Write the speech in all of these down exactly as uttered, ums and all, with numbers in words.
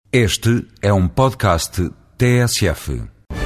Este é um podcast T S F.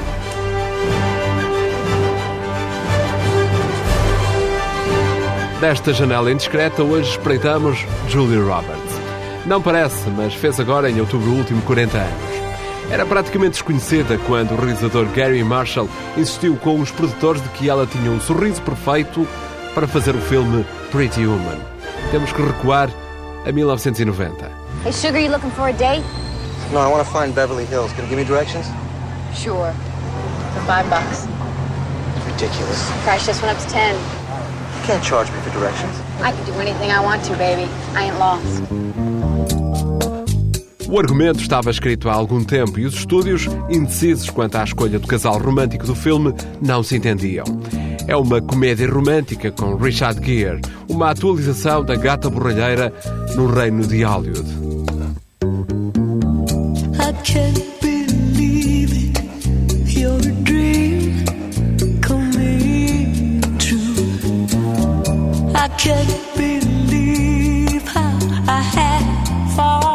Desta janela indiscreta, hoje espreitamos Julia Roberts. Não parece, mas fez agora, em outubro último, quarenta anos. Era praticamente desconhecida quando o realizador Gary Marshall insistiu com os produtores de que ela tinha um sorriso perfeito para fazer o filme Pretty Woman. Temos que recuar a mil novecentos e noventa. Hey, Sugar, you looking for a date? No, I want to find Beverly Hills. Can you give me directions? Sure. For five bucks. Ridiculous. Price just went up to ten. You can't charge me for directions. I can do anything I want to, baby. I ain't lost. O argumento estava escrito há algum tempo e os estúdios, indecisos quanto à escolha do casal romântico do filme, não se entendiam. É uma comédia romântica com Richard Gere, uma atualização da Gata Borralheira no reino de Hollywood. I can't believe it, you're a dream coming true. I can't believe how I had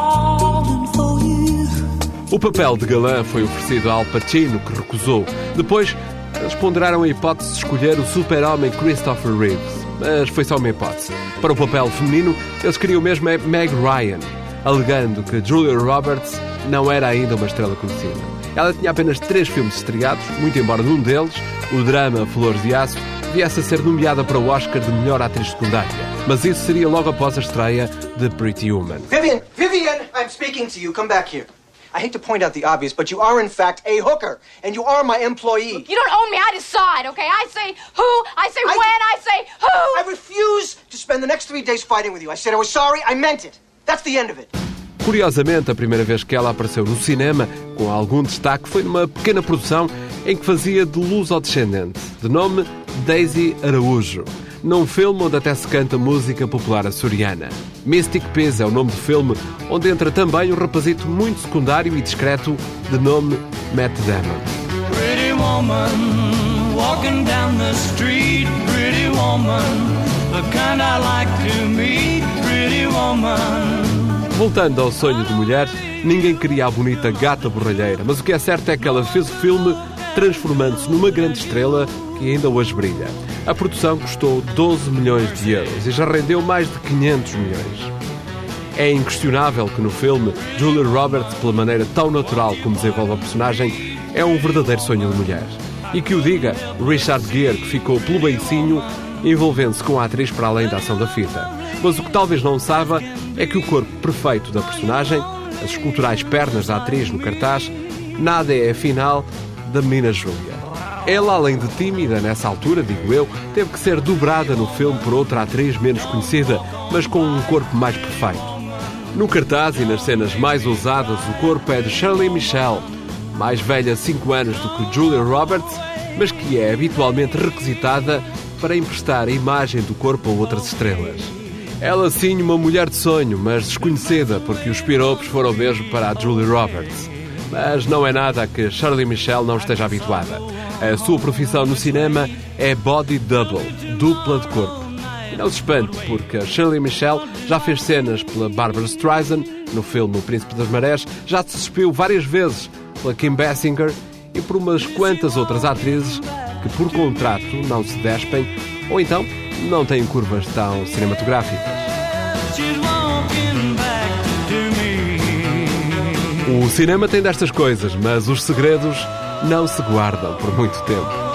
fallen for you. O papel de galã foi oferecido a Al Pacino, que recusou. Depois, eles ponderaram a hipótese de escolher o super-homem Christopher Reeves, mas foi só uma hipótese. Para o papel feminino, eles queriam mesmo a Meg Ryan, alegando que Julia Roberts não era ainda uma estrela conhecida. Ela tinha apenas três filmes estreados, muito embora num deles, o drama Flores de Aço, viesse a ser nomeada para o Oscar de melhor atriz secundária. Mas isso seria logo após a estreia de Pretty Woman. Vivian! Vivian! I'm speaking to you. Come back here. I hate to point out the obvious, but you are in fact a hooker, and you are my employee. You don't own me. I decide, okay? I say who, I say I- when, I say who. I refuse to spend the next three days fighting with you. I said I was sorry. I meant it. That's the end of it. Curiosamente, a primeira vez que ela apareceu no cinema, com algum destaque, foi numa pequena produção em que fazia de luso-descendente, de nome Daisy Araújo, num filme onde até se canta música popular açoriana. Mystic Piz é o nome do filme, onde entra também um rapazito muito secundário e discreto, de nome Matt Damon. Pretty woman, walking down the street. Pretty woman, the kind I like to meet. Pretty woman. Voltando ao sonho de mulher, ninguém queria a bonita Gata Borralheira, mas o que é certo é que ela fez o filme transformando-se numa grande estrela que ainda hoje brilha. A produção custou doze milhões de euros e já rendeu mais de quinhentos milhões. É inquestionável que no filme, Julia Roberts, pela maneira tão natural como desenvolve a personagem, é um verdadeiro sonho de mulher. E que o diga Richard Gere, que ficou pelo beicinho, envolvendo-se com a atriz para além da ação da fita. Mas o que talvez não saiba é que o corpo perfeito da personagem, as esculturais pernas da atriz no cartaz, nada é, afinal, da menina Júlia. Ela, além de tímida nessa altura, digo eu, teve que ser dobrada no filme por outra atriz menos conhecida, mas com um corpo mais perfeito. No cartaz e nas cenas mais ousadas, o corpo é de Shirley Michelle, mais velha cinco anos do que Julia Roberts, mas que é habitualmente requisitada para emprestar a imagem do corpo a outras estrelas. Ela sim, uma mulher de sonho, mas desconhecida, porque os piropos foram mesmo para a Julia Roberts. Mas não é nada a que Shirley Michelle não esteja habituada. A sua profissão no cinema é body double, dupla de corpo. E não se espante, porque a Shirley Michelle já fez cenas pela Barbra Streisand, no filme O Príncipe das Marés, já se despiu várias vezes pela Kim Basinger e por umas quantas outras atrizes que por contrato não se despem ou então não têm curvas tão cinematográficas. She's walking back to me. O cinema tem destas coisas, mas os segredos não se guardam por muito tempo.